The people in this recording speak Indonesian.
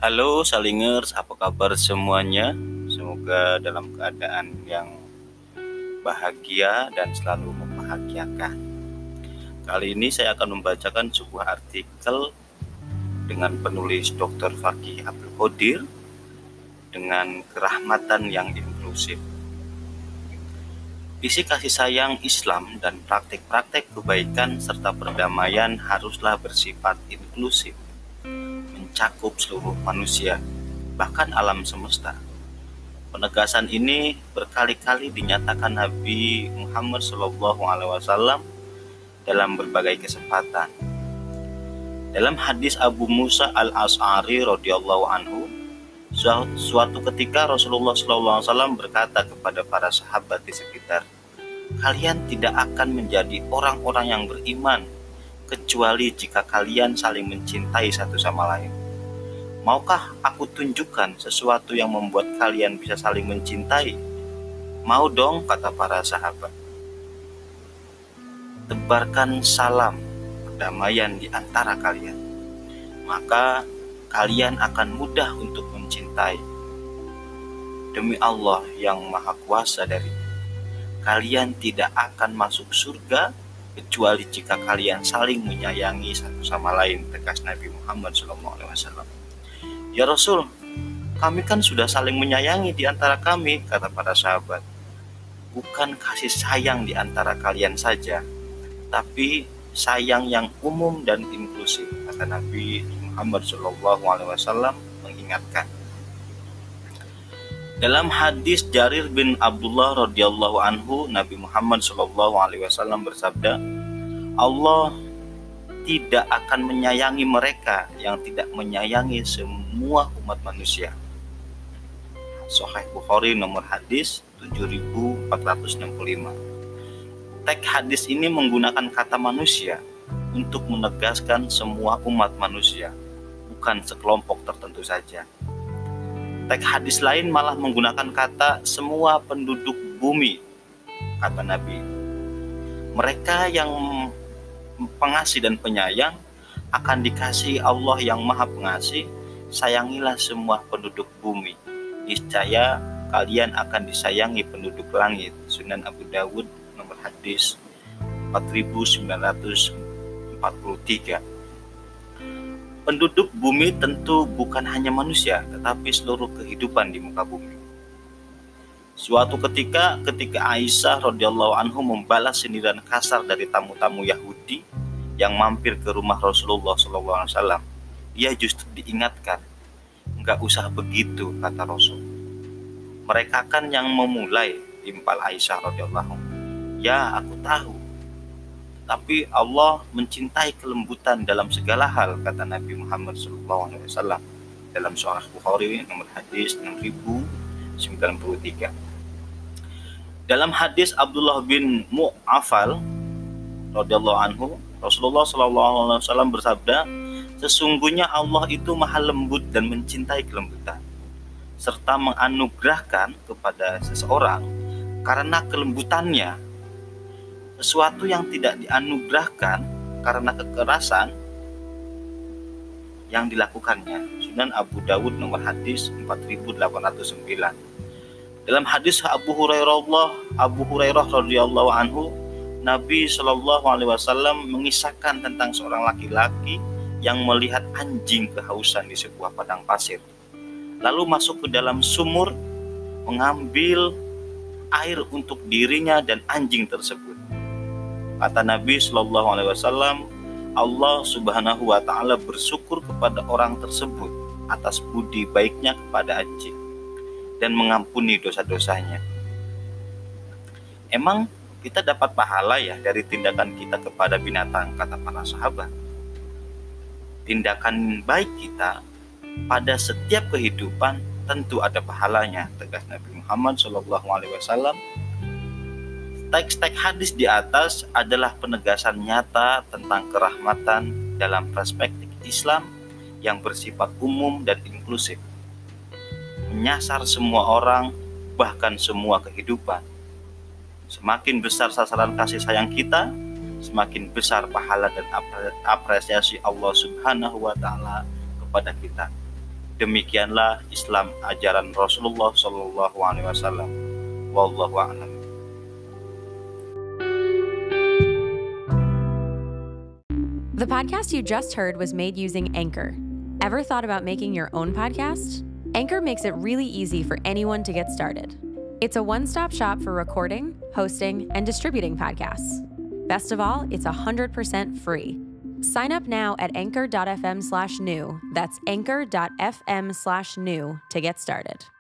Halo Salingers, apa kabar semuanya? Semoga dalam keadaan yang bahagia dan selalu membahagiakan. Kali ini saya akan membacakan sebuah artikel dengan penulis Dr. Fakih Abdul Qadir dengan kerahmatan yang inklusif. Isi kasih sayang Islam dan praktik-praktik kebaikan serta perdamaian haruslah bersifat inklusif, mencakup seluruh manusia, bahkan alam semesta. Penegasan ini berkali-kali dinyatakan Nabi Muhammad SAW dalam berbagai kesempatan. Dalam hadis Abu Musa al-Ash'ari radhiyallahu anhu, suatu ketika Rasulullah SAW berkata kepada para sahabat di sekitar, "Kalian tidak akan menjadi orang-orang yang beriman kecuali jika kalian saling mencintai satu sama lain. Maukah aku tunjukkan sesuatu yang membuat kalian bisa saling mencintai?" "Mau dong," kata para sahabat. "Tebarkan salam perdamaian di antara kalian, maka kalian akan mudah untuk mencintai. Demi Allah yang Maha Kuasa kalian tidak akan masuk surga kecuali jika kalian saling menyayangi satu sama lain," tegas Nabi Muhammad SAW. "Ya Rasul, kami kan sudah saling menyayangi di antara kami," kata para sahabat. "Bukan kasih sayang di antara kalian saja, tapi sayang yang umum dan inklusif," kata Nabi Muhammad SAW mengingatkan. Dalam hadis Jarir bin Abdullah radhiyallahu anhu, Nabi Muhammad SAW bersabda, "Allah tidak akan menyayangi mereka yang tidak menyayangi semua umat manusia." Sahih Bukhari nomor hadis 7465. Teks hadis ini menggunakan kata manusia untuk menegaskan semua umat manusia, bukan sekelompok tertentu saja. Teks hadis lain malah menggunakan kata semua penduduk bumi, kata Nabi. Mereka yang pengasih dan penyayang akan dikasihi Allah yang Maha Pengasih. Sayangilah semua penduduk bumi, niscaya kalian akan disayangi penduduk langit. Sunan Abu Dawud nomor hadis 4943. Penduduk bumi tentu bukan hanya manusia, tetapi seluruh kehidupan di muka bumi. Suatu ketika Aisyah radhiyallahu anhu membalas sindiran kasar dari tamu-tamu Yahudi yang mampir ke rumah Rasulullah SAW, dia justru diingatkan, "Enggak usah begitu," kata Rasul. "Mereka kan yang memulai," timpal Aisyah radhiyallahu anhu. "Ya, aku tahu. Tapi Allah mencintai kelembutan dalam segala hal," kata Nabi Muhammad SAW dalam Sahih Bukhari nomor hadis 6093. Dalam hadis Abdullah bin Mu'afal radhiyallahu anhu, Rasulullah SAW bersabda, "Sesungguhnya Allah itu maha lembut dan mencintai kelembutan, serta menganugerahkan kepada seseorang karena kelembutannya sesuatu yang tidak dianugerahkan karena kekerasan yang dilakukannya." Sunan Abu Dawud nomor hadis 4809. Dalam hadis Abu Hurairah radhiyallahu anhu, Nabi SAW mengisahkan tentang seorang laki-laki yang melihat anjing kehausan di sebuah padang pasir, lalu masuk ke dalam sumur mengambil air untuk dirinya dan anjing tersebut. Kata Nabi SAW, Allah Subhanahu wa Ta'ala bersyukur kepada orang tersebut atas budi baiknya kepada anjing dan mengampuni dosa-dosanya. Emang kita dapat pahala ya dari tindakan kita kepada binatang, kata para sahabat. Tindakan baik kita pada setiap kehidupan tentu ada pahalanya, tegas Nabi Muhammad SAW. Teks-teks hadis di atas adalah penegasan nyata tentang kerahmatan dalam perspektif Islam yang bersifat umum dan inklusif, menyasar semua orang, bahkan semua kehidupan. Semakin besar sasaran kasih sayang kita, semakin besar pahala dan apresiasi Allah Subhanahu wa Ta'ala kepada kita. Demikianlah Islam ajaran Rasulullah SAW. Wallahu a'lam. The podcast you just heard was made using Anchor. Ever thought about making your own podcast? Anchor makes it really easy for anyone to get started. It's a one-stop shop for recording, hosting, and distributing podcasts. Best of all, it's 100% free. Sign up now at anchor.fm/new. That's anchor.fm/new to get started.